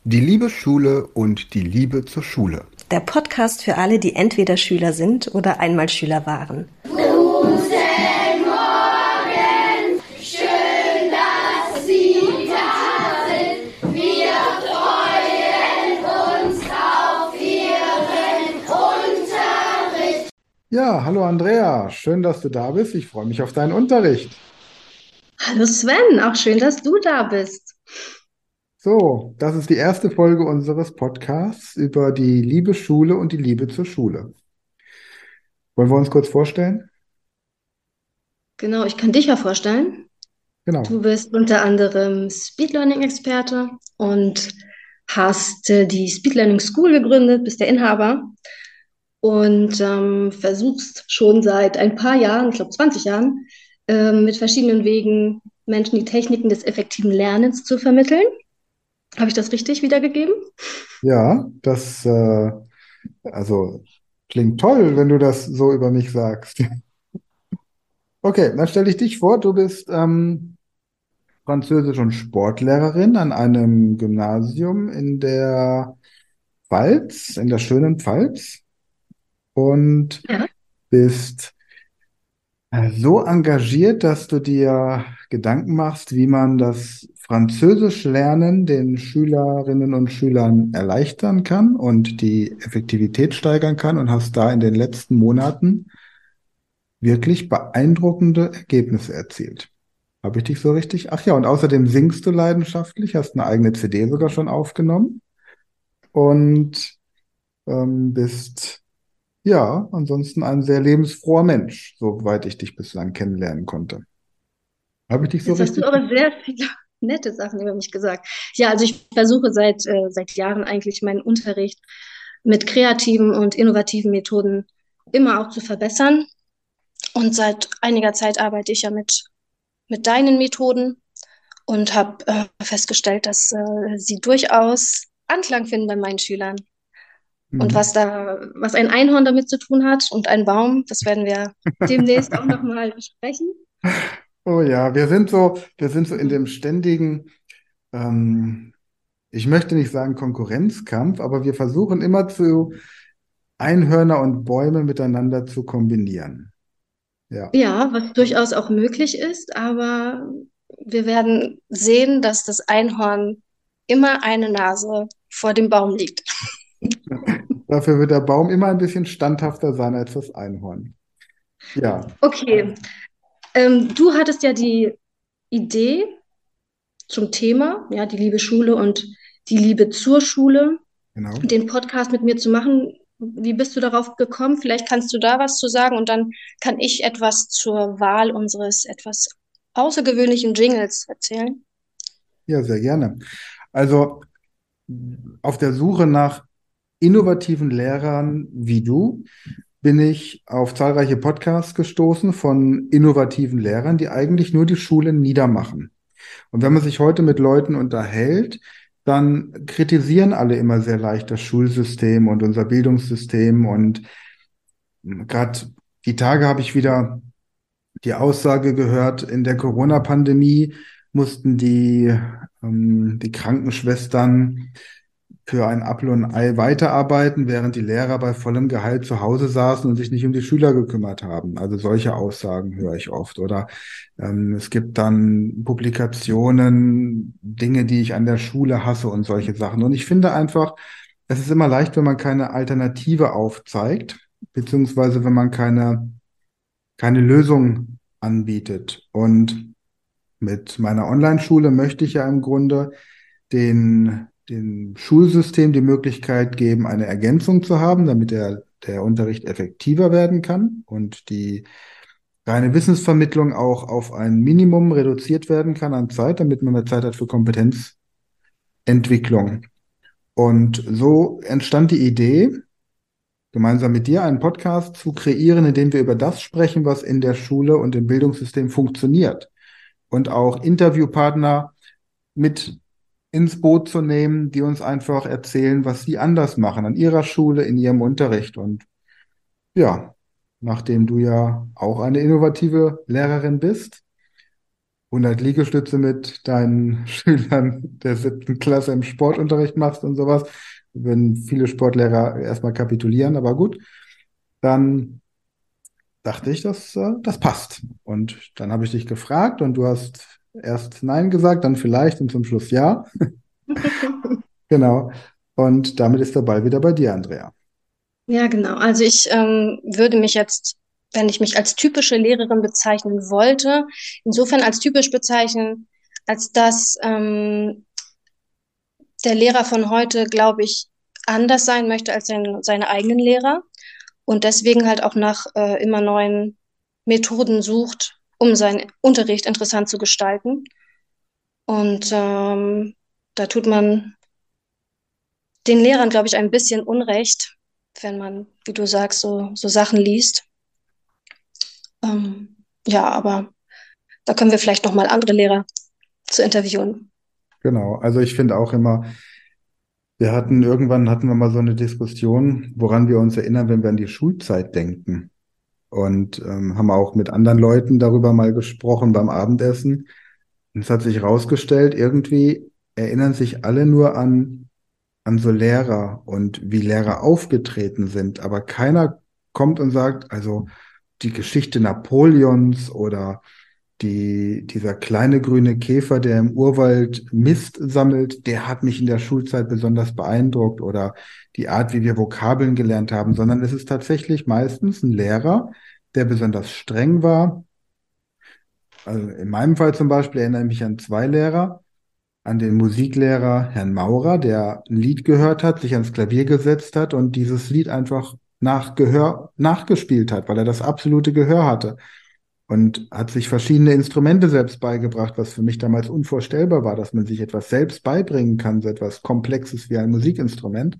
Die liebe Schule und die Liebe zur Schule. Der Podcast für alle, die entweder Schüler sind oder einmal Schüler waren. Guten Morgen, schön, dass Sie da sind. Wir freuen uns auf Ihren Unterricht. Ja, hallo Andrea, schön, dass du da bist. Ich freue mich auf deinen Unterricht. Hallo Sven, auch schön, dass du da bist. So, das ist die erste Folge unseres Podcasts über die liebe Schule und die Liebe zur Schule. Wollen wir uns kurz vorstellen? Genau, ich kann dich ja vorstellen. Du Genau. bist unter anderem Speed Learning Experte und hast die Speed Learning School gegründet, bist der Inhaber und versuchst schon seit ein paar Jahren, ich glaube 20 Jahren, mit verschiedenen Wegen Menschen die Techniken des effektiven Lernens zu vermitteln. Habe ich das richtig wiedergegeben? Ja, also klingt toll, wenn du das so über mich sagst. Okay, dann stelle ich dich vor, du bist Französisch- und Sportlehrerin an einem Gymnasium in der Pfalz, in der schönen Pfalz und Ja. bist so engagiert, dass du dir Gedanken machst, wie man das Französisch-Lernen den Schülerinnen und Schülern erleichtern kann und die Effektivität steigern kann und hast da in den letzten Monaten wirklich beeindruckende Ergebnisse erzielt. Habe ich dich so richtig? Ach ja, und außerdem singst du leidenschaftlich, hast eine eigene CD sogar schon aufgenommen und bist ja ansonsten ein sehr lebensfroher Mensch, soweit ich dich bislang kennenlernen konnte. Habe ich dich so Jetzt hast du richtig? aber sehr viele nette Sachen über mich gesagt. Ja, also ich versuche seit Jahren eigentlich meinen Unterricht mit kreativen und innovativen Methoden immer auch zu verbessern. Und seit einiger Zeit arbeite ich ja mit deinen Methoden und habe festgestellt, dass sie durchaus Anklang finden bei meinen Schülern. Und Mhm. was ein Einhorn damit zu tun hat und ein Baum, das werden wir demnächst auch nochmal besprechen. Oh ja, wir sind so in dem ständigen, ähm, ich möchte nicht sagen Konkurrenzkampf, aber wir versuchen immer Einhörner und Bäume miteinander zu kombinieren. Ja. Ja, was durchaus auch möglich ist, aber wir werden sehen, dass das Einhorn immer eine Nase vor dem Baum liegt. Dafür wird der Baum immer ein bisschen standhafter sein als das Einhorn. Ja, Okay, du hattest ja die Idee zum Thema, ja, die liebe Schule und die Liebe zur Schule, genau. den Podcast mit mir zu machen. Wie bist du darauf gekommen? Vielleicht kannst du da was zu sagen und dann kann ich etwas zur Wahl unseres etwas außergewöhnlichen Jingles erzählen. Ja, sehr gerne. Also auf der Suche nach innovativen Lehrern wie du bin ich auf zahlreiche Podcasts gestoßen von innovativen Lehrern, die eigentlich nur die Schule niedermachen. Und wenn man sich heute mit Leuten unterhält, dann kritisieren alle immer sehr leicht das Schulsystem und unser Bildungssystem. Und gerade die Tage habe ich wieder die Aussage gehört, in der Corona-Pandemie mussten die Krankenschwestern für ein Apfel und ein Ei weiterarbeiten, während die Lehrer bei vollem Gehalt zu Hause saßen und sich nicht um die Schüler gekümmert haben. Also solche Aussagen höre ich oft. Oder es gibt dann Publikationen, Dinge, die ich an der Schule hasse und solche Sachen. Und ich finde einfach, es ist immer leicht, wenn man keine Alternative aufzeigt, beziehungsweise wenn man keine Lösung anbietet. Und mit meiner Online-Schule möchte ich ja im Grunde dem Schulsystem die Möglichkeit geben, eine Ergänzung zu haben, damit der Unterricht effektiver werden kann und die reine Wissensvermittlung auch auf ein Minimum reduziert werden kann an Zeit, damit man mehr Zeit hat für Kompetenzentwicklung. Und so entstand die Idee, gemeinsam mit dir einen Podcast zu kreieren, in dem wir über das sprechen, was in der Schule und im Bildungssystem funktioniert. Und auch Interviewpartner mit ins Boot zu nehmen, die uns einfach erzählen, was sie anders machen an ihrer Schule, in ihrem Unterricht. Und ja, nachdem du ja auch eine innovative Lehrerin bist, 100 Liegestütze mit deinen Schülern der 7. Klasse im Sportunterricht machst und sowas, würden viele Sportlehrer erstmal kapitulieren, aber gut, dann dachte ich, das passt. Und dann habe ich dich gefragt und du hast erst Nein gesagt, dann vielleicht und zum Schluss Ja. Genau. Und damit ist der Ball wieder bei dir, Andrea. Ja, genau. Also ich würde mich jetzt, wenn ich mich als typische Lehrerin bezeichnen wollte, insofern als typisch bezeichnen, als dass der Lehrer von heute, glaube ich, anders sein möchte als seine eigenen Lehrer und deswegen halt auch nach immer neuen Methoden sucht, um seinen Unterricht interessant zu gestalten. Und da tut man den Lehrern, glaube ich, ein bisschen Unrecht, wenn man, wie du sagst, so Sachen liest. Ja, aber da können wir vielleicht noch mal andere Lehrer zu interviewen. Genau. Also ich finde auch immer, irgendwann hatten wir mal so eine Diskussion, woran wir uns erinnern, wenn wir an die Schulzeit denken. Und haben auch mit anderen Leuten darüber mal gesprochen beim Abendessen. Und es hat sich herausgestellt, irgendwie erinnern sich alle nur an so Lehrer und wie Lehrer aufgetreten sind. Aber keiner kommt und sagt, also die Geschichte Napoleons oder dieser kleine grüne Käfer, der im Urwald Mist sammelt, der hat mich in der Schulzeit besonders beeindruckt oder die Art, wie wir Vokabeln gelernt haben, sondern es ist tatsächlich meistens ein Lehrer, der besonders streng war. Also in meinem Fall zum Beispiel erinnere ich mich an 2 Lehrer, an den Musiklehrer Herrn Maurer, der ein Lied gehört hat, sich ans Klavier gesetzt hat und dieses Lied einfach nach Gehör nachgespielt hat, weil er das absolute Gehör hatte und hat sich verschiedene Instrumente selbst beigebracht, was für mich damals unvorstellbar war, dass man sich etwas selbst beibringen kann, so etwas Komplexes wie ein Musikinstrument.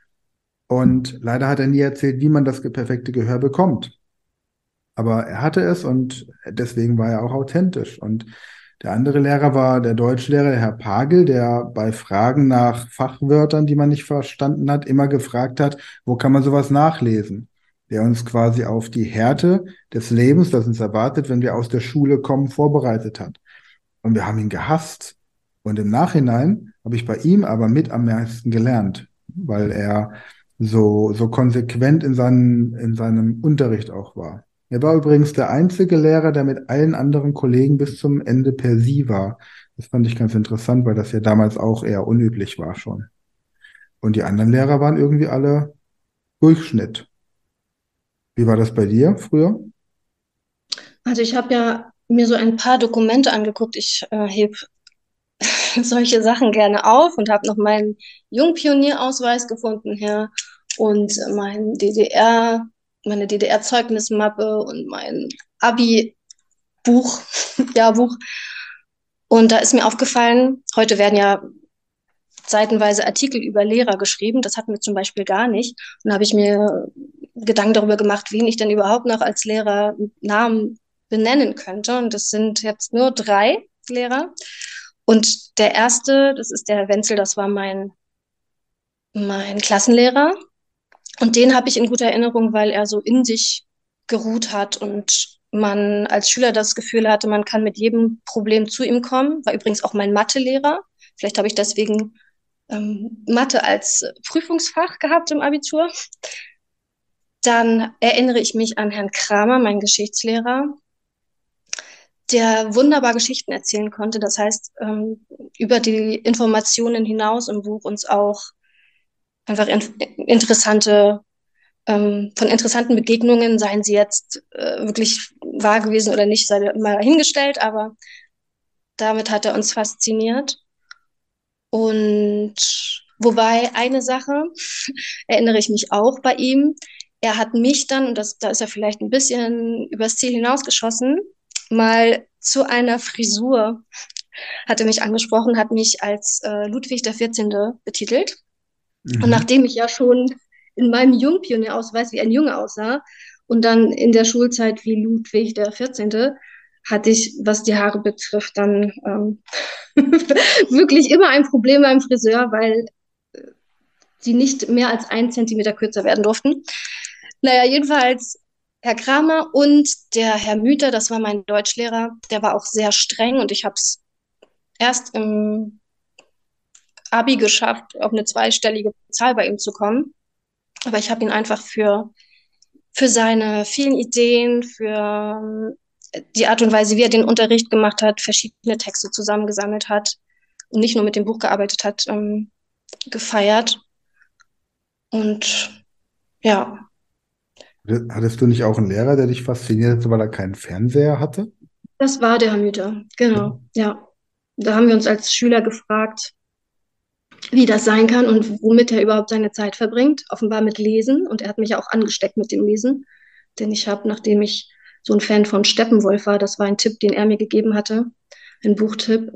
Und leider hat er nie erzählt, wie man das perfekte Gehör bekommt. Aber er hatte es und deswegen war er auch authentisch. Und der andere Lehrer war der Deutschlehrer, der Herr Pagel, der bei Fragen nach Fachwörtern, die man nicht verstanden hat, immer gefragt hat, wo kann man sowas nachlesen? Der uns quasi auf die Härte des Lebens, das uns erwartet, wenn wir aus der Schule kommen, vorbereitet hat. Und wir haben ihn gehasst. Und im Nachhinein habe ich bei ihm aber mit am meisten gelernt, weil er so konsequent in seinem Unterricht auch war. Er war übrigens der einzige Lehrer, der mit allen anderen Kollegen bis zum Ende per Sie war. Das fand ich ganz interessant, weil das ja damals auch eher unüblich war schon. Und die anderen Lehrer waren irgendwie alle Durchschnitt. Wie war das bei dir früher? Also ich habe ja mir so ein paar Dokumente angeguckt. Ich heb solche Sachen gerne auf und habe noch meinen Jungpionierausweis gefunden hier und meine DDR-Zeugnismappe und mein Abi-Buch, Jahrbuch. Und da ist mir aufgefallen, heute werden ja seitenweise Artikel über Lehrer geschrieben. Das hatten wir zum Beispiel gar nicht. Und da habe ich mir Gedanken darüber gemacht, wen ich denn überhaupt noch als Lehrer mit Namen benennen könnte. Und das sind jetzt nur 3 Lehrer. Und der erste, das ist der Herr Wenzel, das war mein Klassenlehrer. Und den habe ich in guter Erinnerung, weil er so in sich geruht hat und man als Schüler das Gefühl hatte, man kann mit jedem Problem zu ihm kommen. War übrigens auch mein Mathelehrer. Vielleicht habe ich deswegen Mathe als Prüfungsfach gehabt im Abitur. Dann erinnere ich mich an Herrn Kramer, meinen Geschichtslehrer, der wunderbar Geschichten erzählen konnte. Das heißt, über die Informationen hinaus im Buch uns auch einfach interessante, von interessanten Begegnungen, seien sie jetzt wirklich wahr gewesen oder nicht, sei mal hingestellt, aber damit hat er uns fasziniert. Und wobei eine Sache erinnere ich mich auch bei ihm. Er hat mich dann, und da ist er vielleicht ein bisschen übers Ziel hinausgeschossen, mal zu einer Frisur hat er mich angesprochen, hat mich als Ludwig der 14. betitelt. Und Mhm. nachdem ich ja schon in meinem Jungpionierausweis wie ein Junge aussah und dann in der Schulzeit wie Ludwig der 14., hatte ich, was die Haare betrifft, dann wirklich immer ein Problem beim Friseur, weil sie nicht mehr als 1 Zentimeter kürzer werden durften. Naja, jedenfalls Herr Kramer und der Herr Müther, das war mein Deutschlehrer, der war auch sehr streng und ich habe es erst im Abi geschafft, auf eine zweistellige Zahl bei ihm zu kommen. Aber ich habe ihn einfach für seine vielen Ideen, für die Art und Weise, wie er den Unterricht gemacht hat, verschiedene Texte zusammengesammelt hat und nicht nur mit dem Buch gearbeitet hat, gefeiert. Und ja, Hattest du nicht auch einen Lehrer, der dich fasziniert hat, weil er keinen Fernseher hatte? das war der Herr Müther. Genau, ja. Da haben wir uns als Schüler gefragt, wie das sein kann und womit er überhaupt seine Zeit verbringt. Offenbar mit Lesen. Und er hat mich ja auch angesteckt mit dem Lesen. Denn ich habe, nachdem ich so ein Fan von Steppenwolf war, das war ein Tipp, den er mir gegeben hatte, ein Buchtipp,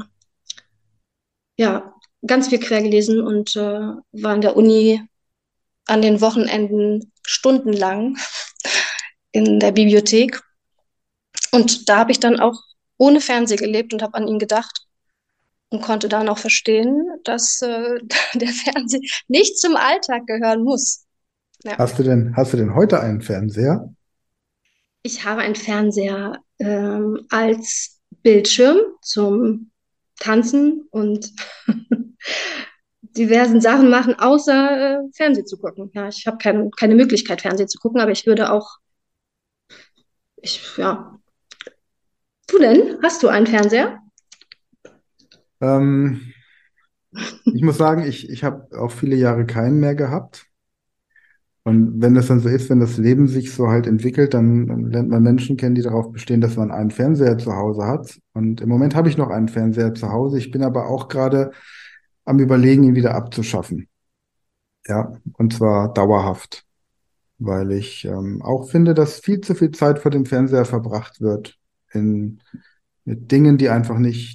ja, ganz viel quer gelesen und war an der Uni an den Wochenenden stundenlang in der Bibliothek. Und da habe ich dann auch ohne Fernseh gelebt und habe an ihn gedacht und konnte dann auch verstehen, dass der Fernseher nicht zum Alltag gehören muss. Ja. Hast du denn heute einen Fernseher? Ich habe einen Fernseher als Bildschirm zum Tanzen und diversen Sachen machen, außer Fernsehen zu gucken. Ja, ich habe keine Möglichkeit, Fernsehen zu gucken, aber ich würde auch, ja. Du denn? Hast du einen Fernseher? Ähm, Ich muss sagen, ich habe auch viele Jahre keinen mehr gehabt. Und wenn das dann so ist, wenn das Leben sich so halt entwickelt, dann lernt man Menschen kennen, die darauf bestehen, dass man einen Fernseher zu Hause hat. Und im Moment habe ich noch einen Fernseher zu Hause. Ich bin aber auch gerade am Überlegen, ihn wieder abzuschaffen. Ja, und zwar dauerhaft, weil ich auch finde, dass viel zu viel Zeit vor dem Fernseher verbracht wird mit Dingen, die einfach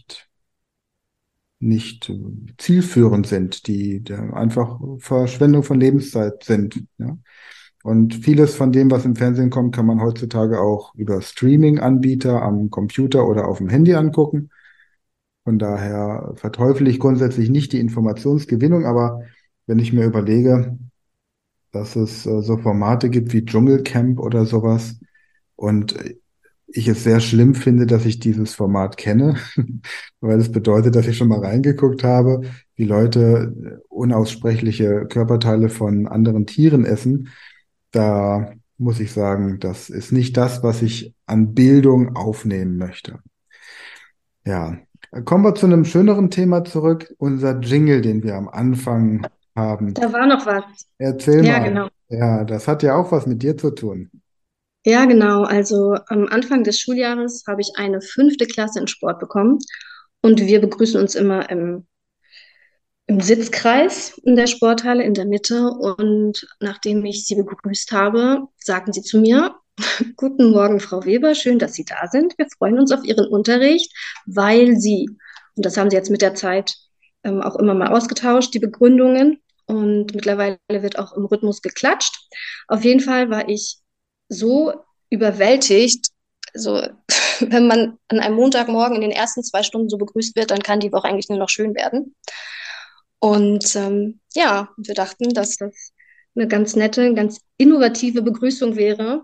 nicht zielführend sind, die einfach Verschwendung von Lebenszeit sind. Ja? Und vieles von dem, was im Fernsehen kommt, kann man heutzutage auch über Streaming-Anbieter am Computer oder auf dem Handy angucken. Von daher verteufele ich grundsätzlich nicht die Informationsgewinnung, aber wenn ich mir überlege, dass es so Formate gibt wie Dschungelcamp oder sowas und ich es sehr schlimm finde, dass ich dieses Format kenne, weil es bedeutet, dass ich schon mal reingeguckt habe, wie Leute unaussprechliche Körperteile von anderen Tieren essen. Da muss ich sagen, das ist nicht das, was ich an Bildung aufnehmen möchte. Ja, kommen wir zu einem schöneren Thema zurück. Unser Jingle, den wir am Anfang haben. Da war noch was. Erzähl Ja, mal. genau. Ja, das hat ja auch was mit dir zu tun. Ja, genau. Also am Anfang des Schuljahres habe ich eine fünfte Klasse in Sport bekommen und wir begrüßen uns immer im Sitzkreis in der Sporthalle in der Mitte. Und nachdem ich sie begrüßt habe, sagten sie zu mir, Guten Morgen, Frau Weber, schön, dass Sie da sind. Wir freuen uns auf Ihren Unterricht, weil Sie, und das haben Sie jetzt mit der Zeit auch immer mal ausgetauscht, die Begründungen. Und mittlerweile wird auch im Rhythmus geklatscht. Auf jeden Fall war ich so überwältigt. Also, wenn man an einem Montagmorgen in den ersten 2 Stunden so begrüßt wird, dann kann die Woche eigentlich nur noch schön werden. Und ja, wir dachten, dass das eine ganz nette, ganz innovative Begrüßung wäre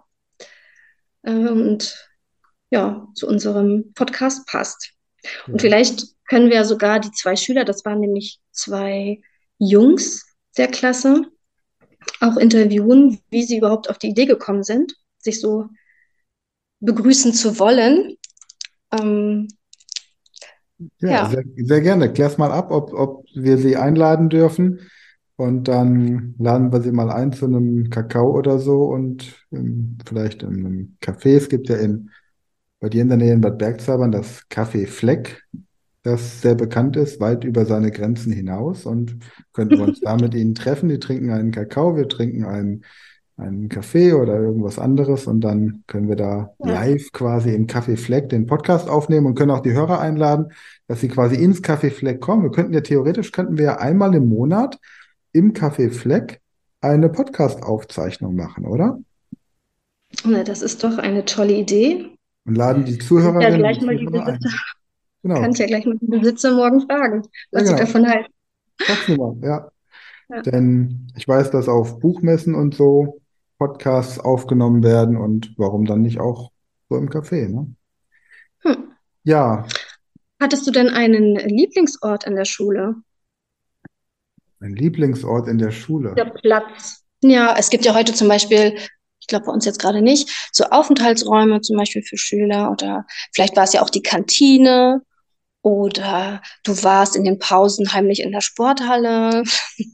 und ja, zu unserem Podcast passt. Und Ja. vielleicht können wir ja sogar die 2 Schüler, das waren nämlich 2 Jungs der Klasse, auch interviewen, wie sie überhaupt auf die Idee gekommen sind, sich so begrüßen zu wollen. Ähm, Ja, ja, sehr gerne. Klär's mal ab, ob wir sie einladen dürfen. Und dann laden wir sie mal ein zu einem Kakao oder so und vielleicht in einem Café. Es gibt ja bei dir in der Nähe in Bad Bergzabern das Café Fleck, das sehr bekannt ist, weit über seine Grenzen hinaus. Und könnten wir uns da mit ihnen treffen. Die trinken einen Kakao, wir trinken einen Kaffee oder irgendwas anderes. Und dann können wir da ja, live quasi im Café Fleck den Podcast aufnehmen und können auch die Hörer einladen, dass sie quasi ins Café Fleck kommen. Könnten wir ja einmal im Monat im Café Fleck eine Podcast-Aufzeichnung machen, oder? na, das ist doch eine tolle Idee. Und laden die Ja, Zuhörerinnen und gleich mal die Zuhörer Besitzer, ein. kann Genau, ich ja gleich mal die Besitzer morgen fragen, ja was sie genau. davon halten. Frag sie mal, ja. Ja. Denn ich weiß, dass auf Buchmessen und so Podcasts aufgenommen werden und warum dann nicht auch so im Café, ne? Hm. Ja, Hattest du denn einen Lieblingsort in der Schule? ein Lieblingsort in der Schule. Der Platz. Ja, es gibt ja heute zum Beispiel, ich glaube bei uns jetzt gerade nicht, so Aufenthaltsräume zum Beispiel für Schüler oder vielleicht war es ja auch die Kantine oder du warst in den Pausen heimlich in der Sporthalle.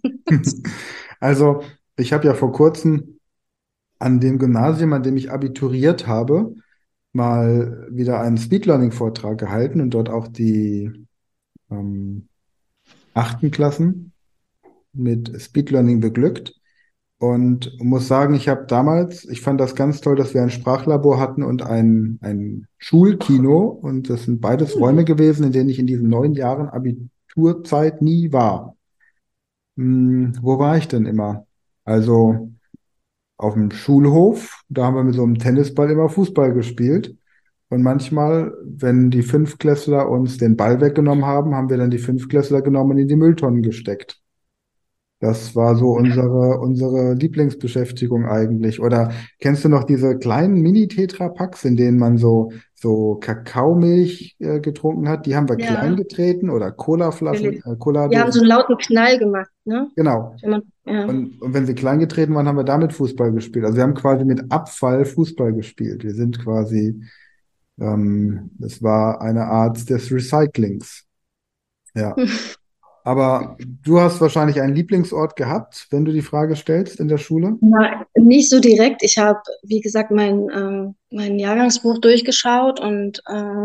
Also, ich habe ja vor kurzem an dem Gymnasium, an dem ich abituriert habe, mal wieder einen Speed-Learning-Vortrag gehalten und dort auch die ähm, achten Klassen mit Speed Learning beglückt. Und muss sagen, ich fand das ganz toll, dass wir ein Sprachlabor hatten und ein Schulkino. Und das sind beides Räume gewesen, in denen ich in diesen 9 Jahren Abiturzeit nie war. Wo war ich denn immer? Also auf dem Schulhof, da haben wir mit so einem Tennisball immer Fußball gespielt. Und manchmal, wenn die Fünftklässler uns den Ball weggenommen haben, haben wir dann die Fünftklässler genommen und in die Mülltonnen gesteckt. Das war so unsere Lieblingsbeschäftigung eigentlich. Oder kennst du noch diese kleinen Mini-Tetra-Packs, in denen man so Kakaomilch getrunken hat? Die haben wir klein Ja, getreten oder Colaflaschen, natürlich. Wir haben so Cola-Dosen. einen lauten Knall gemacht, ne? Genau. Wenn man, ja. Und wenn sie klein getreten waren, haben wir damit Fußball gespielt. Also wir haben quasi mit Abfall Fußball gespielt. Wir sind quasi, es war eine Art des Recyclings. Ja. Aber du hast wahrscheinlich einen Lieblingsort gehabt, wenn du die Frage stellst in der Schule? Na, nicht so direkt. Ich habe, wie gesagt, mein Jahrgangsbuch durchgeschaut und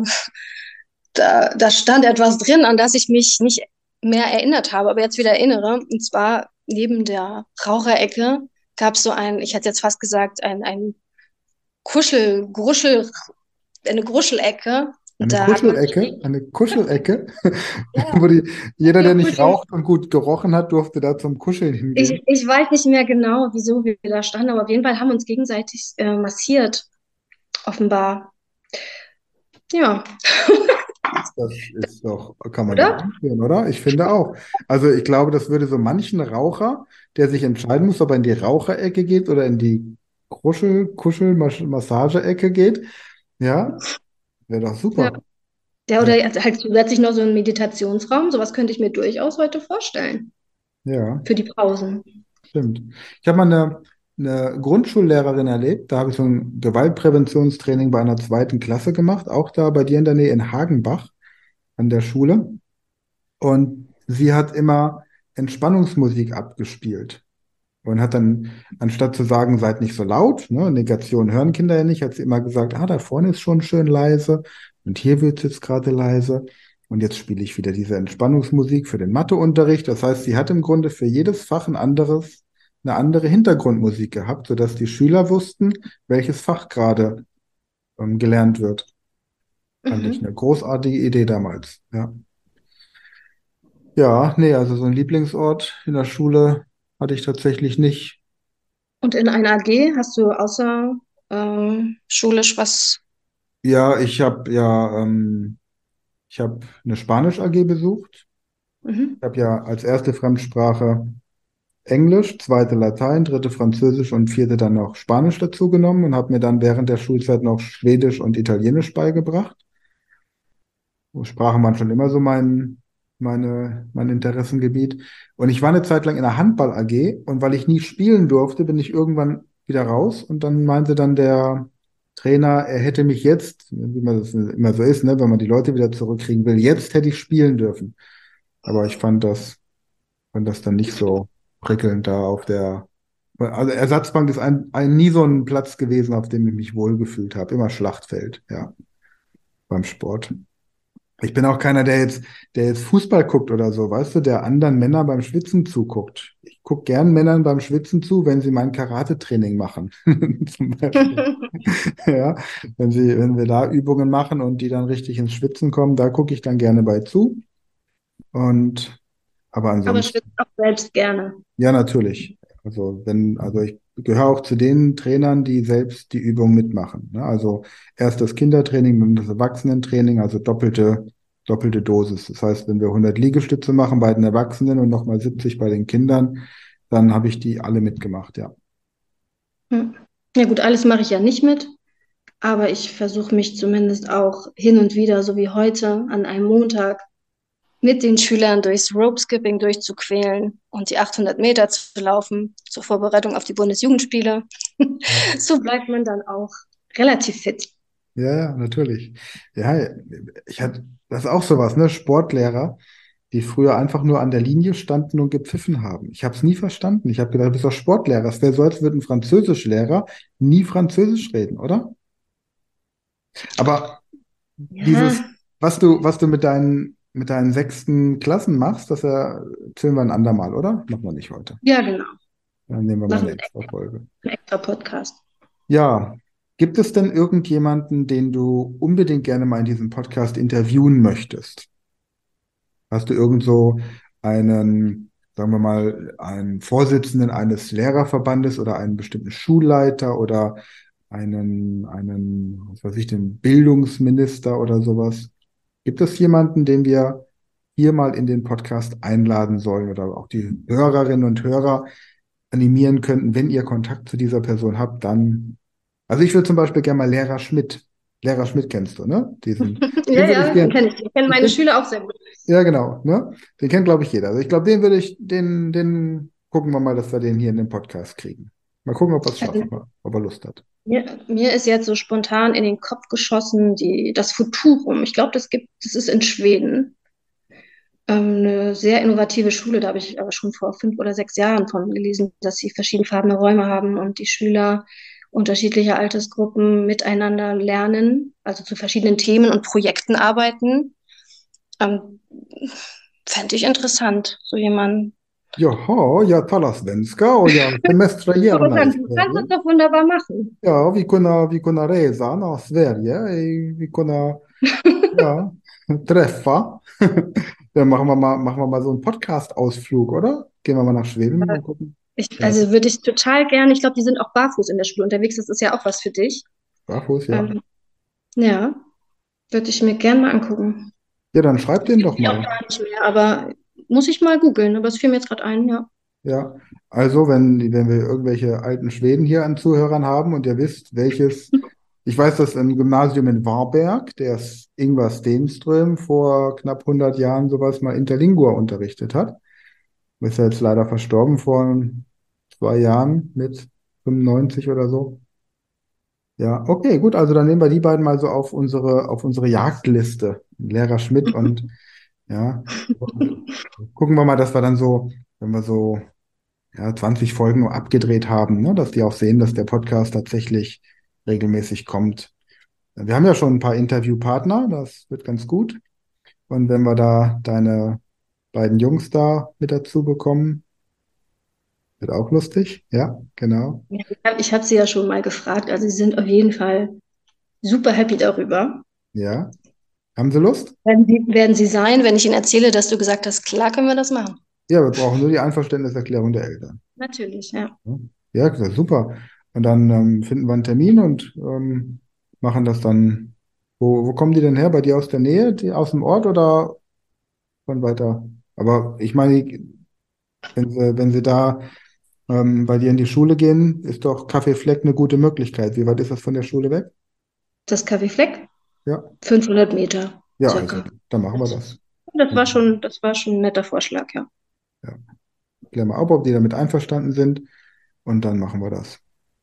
da stand etwas drin, an das ich mich nicht mehr erinnert habe, aber jetzt wieder erinnere. Und zwar neben der Raucherecke gab es so ich hätte jetzt fast gesagt, ein Gruschel, eine Gruschelecke. Und Eine da hat man Kuschelecke, eine Kuschelecke, wo ja, jeder, der hier nicht kuscheln. raucht und gut gerochen hat, durfte da zum Kuscheln hingehen. Ich weiß nicht mehr genau, wieso wir da standen, aber auf jeden Fall haben wir uns gegenseitig massiert, offenbar. Ja, Das ist doch, kann man doch oder? einführen, oder? Ich finde auch. Also ich glaube, das würde so manchen Raucher, der sich entscheiden muss, ob er in die Raucherecke geht oder in die Kuschel-Massageecke geht. Ja, wäre doch Ja. super. Ja, oder Ja, halt zusätzlich noch so einen Meditationsraum. Sowas könnte ich mir durchaus heute vorstellen. ja. Für die Pausen. Stimmt. Ich habe mal eine Grundschullehrerin erlebt, da habe ich so ein Gewaltpräventionstraining bei einer zweiten Klasse gemacht, auch da bei dir in der Nähe in Hagenbach an der Schule. Und sie hat immer Entspannungsmusik abgespielt und hat dann, anstatt zu sagen, seid nicht so laut, ne, Negation hören Kinder ja nicht, hat sie immer gesagt, da vorne ist schon schön leise und hier wird es jetzt gerade leise. Und jetzt spiele ich wieder diese Entspannungsmusik für den Matheunterricht. Das heißt, sie hat im Grunde für jedes Fach eine andere Hintergrundmusik gehabt, sodass die Schüler wussten, welches Fach gerade gelernt wird. Fand ich Mhm. eine großartige Idee damals. Ja. Ja, nee, also so ein Lieblingsort in der Schule hatte ich tatsächlich nicht. Und in einer AG hast du außer schulisch was? Ja, ich habe eine Spanisch-AG besucht. Mhm. Ich habe ja als erste Fremdsprache Englisch, zweite Latein, dritte Französisch und vierte dann noch Spanisch dazu genommen und habe mir dann während der Schulzeit noch Schwedisch und Italienisch beigebracht. Sprachen waren schon immer so mein Interessengebiet. Und ich war eine Zeit lang in der Handball-AG und weil ich nie spielen durfte, bin ich irgendwann wieder raus und dann meinte dann der Trainer, er hätte mich jetzt, wie man das immer so ist, ne, wenn man die Leute wieder zurückkriegen will, jetzt hätte ich spielen dürfen. Aber ich fand das dann nicht so prickelnd da also Ersatzbank ist nie so ein Platz gewesen, auf dem ich mich wohlgefühlt habe. Immer Schlachtfeld, ja, beim Sport. Ich bin auch keiner, der jetzt Fußball guckt oder so, weißt du, der anderen Männern beim Schwitzen zuguckt. Ich gucke gern Männern beim Schwitzen zu, wenn sie mein Karate-Training machen. Zum Beispiel. Ja, wenn wir da Übungen machen und die dann richtig ins Schwitzen kommen, da gucke ich dann gerne bei zu. Und aber Aber ansonsten, schwitzt auch selbst gerne. ja, natürlich. Also ich gehöre auch zu den Trainern, die selbst die Übung mitmachen. Ne? Also erst das Kindertraining, dann das Erwachsenentraining, also doppelte Dosis. Das heißt, wenn wir 100 Liegestütze machen bei den Erwachsenen und nochmal 70 bei den Kindern, dann habe ich die alle mitgemacht, ja. Hm. Ja gut, alles mache ich ja nicht mit, aber ich versuche mich zumindest auch hin und wieder, so wie heute, an einem Montag mit den Schülern durchs Rope-Skipping durchzuquälen und die 800 Meter zu laufen zur Vorbereitung auf die Bundesjugendspiele. Ja, So bleibt man dann auch relativ fit. ja, ja, natürlich. Ja, das ist auch sowas, ne? Sportlehrer, die früher einfach nur an der Linie standen und gepfiffen haben. Ich habe es nie verstanden. Ich habe gedacht, du bist doch Sportlehrer. Es wäre so, als würde ein Französischlehrer nie Französisch reden, oder? Aber Ja, dieses, was du mit deinen sechsten Klassen machst, erzählen wir ein andermal, oder? Machen wir nicht heute. ja, genau. Dann nehmen wir mal Machen eine wir extra Folge. einen extra Podcast. Ja, gibt es denn irgendjemanden, den du unbedingt gerne mal in diesem Podcast interviewen möchtest? Hast du irgend so einen, sagen wir mal, einen Vorsitzenden eines Lehrerverbandes oder einen bestimmten Schulleiter oder was weiß ich, den Bildungsminister oder sowas? Gibt es jemanden, den wir hier mal in den Podcast einladen sollen oder auch die Hörerinnen und Hörer animieren könnten, wenn ihr Kontakt zu dieser Person habt, dann. Also ich würde zum Beispiel gerne mal Lehrer Schmidt. Lehrer Schmidt kennst du, ne? Ja, Den würde ich ja, den gerne. kenne ich. Den kennen meine Schüler auch sehr gut. Ja, genau, ne? Den kennt, glaube ich, jeder. Also ich glaube, den gucken wir mal, dass wir den hier in den Podcast kriegen. Mal gucken, ob wir es Also, schaffen, ob er Lust hat. mir ist jetzt so spontan in den Kopf geschossen, das Futurum. Ich glaube, das ist in Schweden. Eine sehr innovative Schule, da habe ich aber schon vor 5 oder 6 Jahren von gelesen, dass sie verschiedenfarbene Räume haben und die Schüler unterschiedlicher Altersgruppen miteinander lernen, also zu verschiedenen Themen und Projekten arbeiten. Ähm, Fände ich interessant, so jemanden. Jaha, ja, tolla svenska och jag semestrar Aber gärna i du kannst das Sverige. doch wunderbar machen. Ja, vi kunna resa nach Sverige. Vi kunna, ja, träffa. Dann machen wir mal so einen Podcast-Ausflug, oder? Gehen wir mal nach Schweden und gucken. Ja, Also würde ich total gerne, ich glaube, die sind auch barfuß in der Schule unterwegs, das ist ja auch was für dich. Barfuß, ja. Ähm, ja, würde ich mir gern mal angucken. Ja, dann schreib den doch Ich auch mal. gar nicht mehr, aber muss ich mal googeln, aber es fiel mir jetzt gerade ein, ja. Ja, also wenn wir irgendwelche alten Schweden hier an Zuhörern haben und ihr wisst, ich weiß, dass ein Gymnasium in Varberg, der Ingvar Stenström vor knapp 100 Jahren sowas mal Interlingua unterrichtet hat. Ist ja jetzt leider verstorben vor 2 Jahren mit 95 oder so. Ja, okay, gut, also dann nehmen wir die beiden mal so auf unsere Jagdliste. Lehrer Schmidt und ja, gucken wir mal, dass wir dann so, wenn wir so ja, 20 Folgen nur abgedreht haben, ne, dass die auch sehen, dass der Podcast tatsächlich regelmäßig kommt. Wir haben ja schon ein paar Interviewpartner, das wird ganz gut. Und wenn wir da deine beiden Jungs da mit dazu bekommen, wird auch lustig. Ja, genau. Ja, ich hab sie ja schon mal gefragt, also sie sind auf jeden Fall super happy darüber. Ja. Haben Sie Lust? Werden sie sein, wenn ich ihnen erzähle, dass du gesagt hast, klar können wir das machen. Ja, wir brauchen nur die Einverständniserklärung der Eltern. Natürlich, ja. Ja, ja, das ist super. Und dann finden wir einen Termin und machen das dann. Wo kommen die denn her? Bei dir aus der Nähe, aus dem Ort oder von weiter? Aber ich meine, wenn sie da bei dir in die Schule gehen, ist doch Kaffee Fleck eine gute Möglichkeit. Wie weit ist das von der Schule weg? Das Café Fleck, Ja, 500 Meter ja, also circa. dann machen wir das. Das war schon ein netter Vorschlag, ja. Ja, klären wir ab, ob die damit einverstanden sind und dann machen wir das.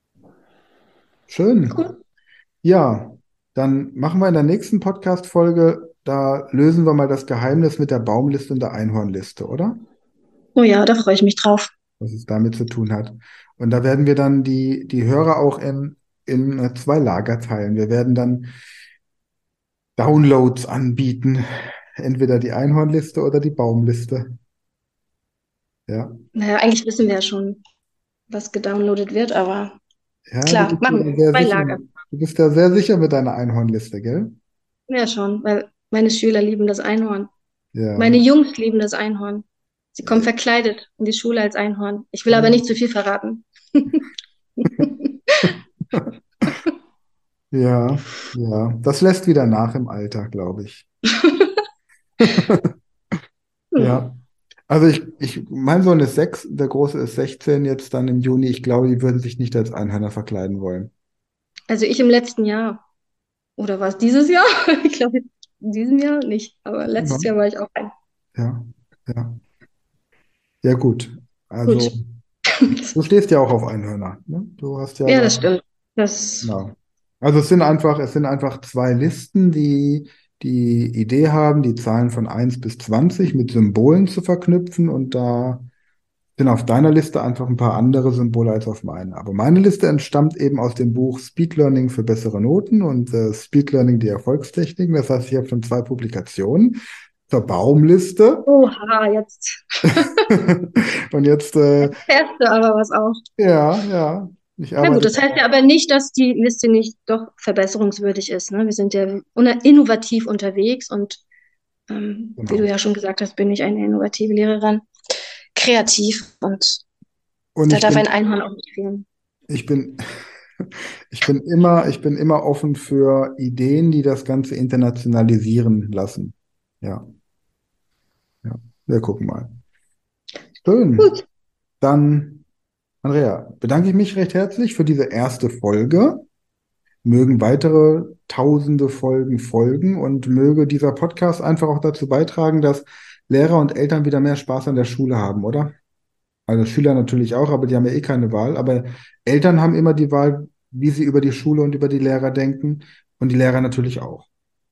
Schön. Cool. Ja, dann machen wir in der nächsten Podcast-Folge, da lösen wir mal das Geheimnis mit der Baumliste und der Einhornliste, oder? Oh ja, da freue ich mich drauf. Was es damit zu tun hat. Und da werden wir dann die Hörer auch in zwei Lager teilen. Wir werden dann Downloads anbieten. Entweder die Einhornliste oder die Baumliste. Ja. Naja, eigentlich wissen wir ja schon, was gedownloadet wird, aber Ja, du klar, bist machen ja wir. sehr Zwei sicher. Lager. Du bist ja sehr sicher mit deiner Einhornliste, gell? Ja, schon, weil meine Schüler lieben das Einhorn. Ja. Meine Jungs lieben das Einhorn. Sie kommen verkleidet in die Schule als Einhorn. Ich will aber nicht zu viel verraten. Ja, ja. Das lässt wieder nach im Alter, glaube ich. Hm. Ja. Also mein Sohn ist 6, der Große ist 16 jetzt dann im Juni. Ich glaube, die würden sich nicht als Einhörner verkleiden wollen. Also ich im letzten Jahr. Oder war es dieses Jahr? Ich glaube, in diesem Jahr nicht. Aber Ja, letztes Jahr war ich auch ein. ja, ja. Ja, gut. Also, Gut. du stehst ja auch auf Einhörner, ne? Du hast ja Ja, da, das stimmt. Das, genau. Also es sind einfach zwei Listen, die die Idee haben, die Zahlen von 1 bis 20 mit Symbolen zu verknüpfen und da sind auf deiner Liste einfach ein paar andere Symbole als auf meiner. Aber meine Liste entstammt eben aus dem Buch Speed Learning für bessere Noten und Speed Learning die Erfolgstechniken. Das heißt, ich habe schon zwei Publikationen zur Baumliste. oha, jetzt Und jetzt, fährst du aber was auf. ja, ja, ich Na gut, arbeite. das heißt ja aber nicht, dass die Liste nicht doch verbesserungswürdig ist. Ne? Wir sind ja innovativ unterwegs und wie du Genau. ja schon gesagt hast, bin ich eine innovative Lehrerin, kreativ und Und da darf ein Einhorn auch nicht fehlen. ich bin, ich bin immer offen für Ideen, die das Ganze internationalisieren lassen. Ja, ja, wir gucken mal. Schön. Gut, Dann, Andrea, bedanke ich mich recht herzlich für diese erste Folge. Mögen weitere tausende Folgen folgen und möge dieser Podcast einfach auch dazu beitragen, dass Lehrer und Eltern wieder mehr Spaß an der Schule haben, oder? Also Schüler natürlich auch, aber die haben ja eh keine Wahl. Aber Eltern haben immer die Wahl, wie sie über die Schule und über die Lehrer denken und die Lehrer natürlich auch.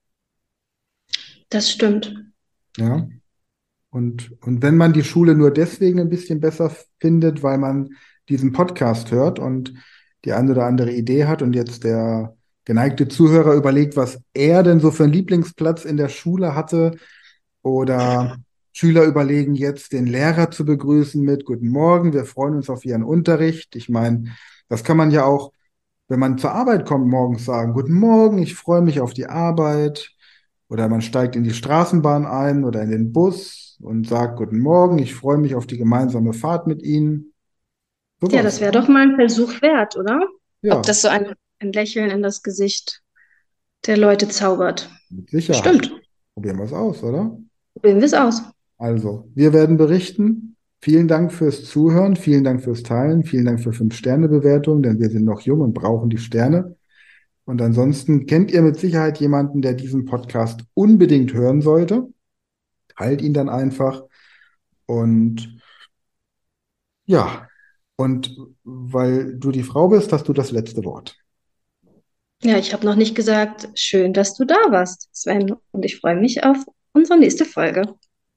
das stimmt. Ja. Und wenn man die Schule nur deswegen ein bisschen besser findet, weil man diesen Podcast hört und die eine oder andere Idee hat und jetzt der geneigte Zuhörer überlegt, was er denn so für einen Lieblingsplatz in der Schule hatte, oder Schüler überlegen jetzt, den Lehrer zu begrüßen mit Guten Morgen, wir freuen uns auf Ihren Unterricht. Ich meine, das kann man ja auch, wenn man zur Arbeit kommt, morgens sagen, Guten Morgen, ich freue mich auf die Arbeit. Oder man steigt in die Straßenbahn ein oder in den Bus und sagt Guten Morgen, ich freue mich auf die gemeinsame Fahrt mit Ihnen. Ja, Sowas. das wäre doch mal ein Versuch wert, oder? Ob Ja, das so ein Lächeln in das Gesicht der Leute zaubert. mit Sicherheit. Bestimmt. Probieren wir es aus, oder? Probieren wir es aus. Also, wir werden berichten. Vielen Dank fürs Zuhören, vielen Dank fürs Teilen, vielen Dank für 5-Sterne-Bewertungen, denn wir sind noch jung und brauchen die Sterne. Und ansonsten kennt ihr mit Sicherheit jemanden, der diesen Podcast unbedingt hören sollte. Teilt ihn dann einfach. Und ja, und weil du die Frau bist, hast du das letzte Wort. Ja, ich habe noch nicht gesagt, schön, dass du da warst, Sven. Und ich freue mich auf unsere nächste Folge.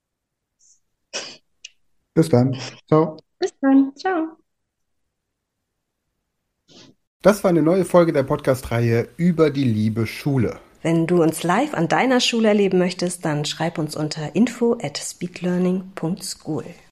Bis dann. Ciao. Bis dann. Ciao. Das war eine neue Folge der Podcast-Reihe über die liebe Schule. Wenn du uns live an deiner Schule erleben möchtest, dann schreib uns unter info@speedlearning.school.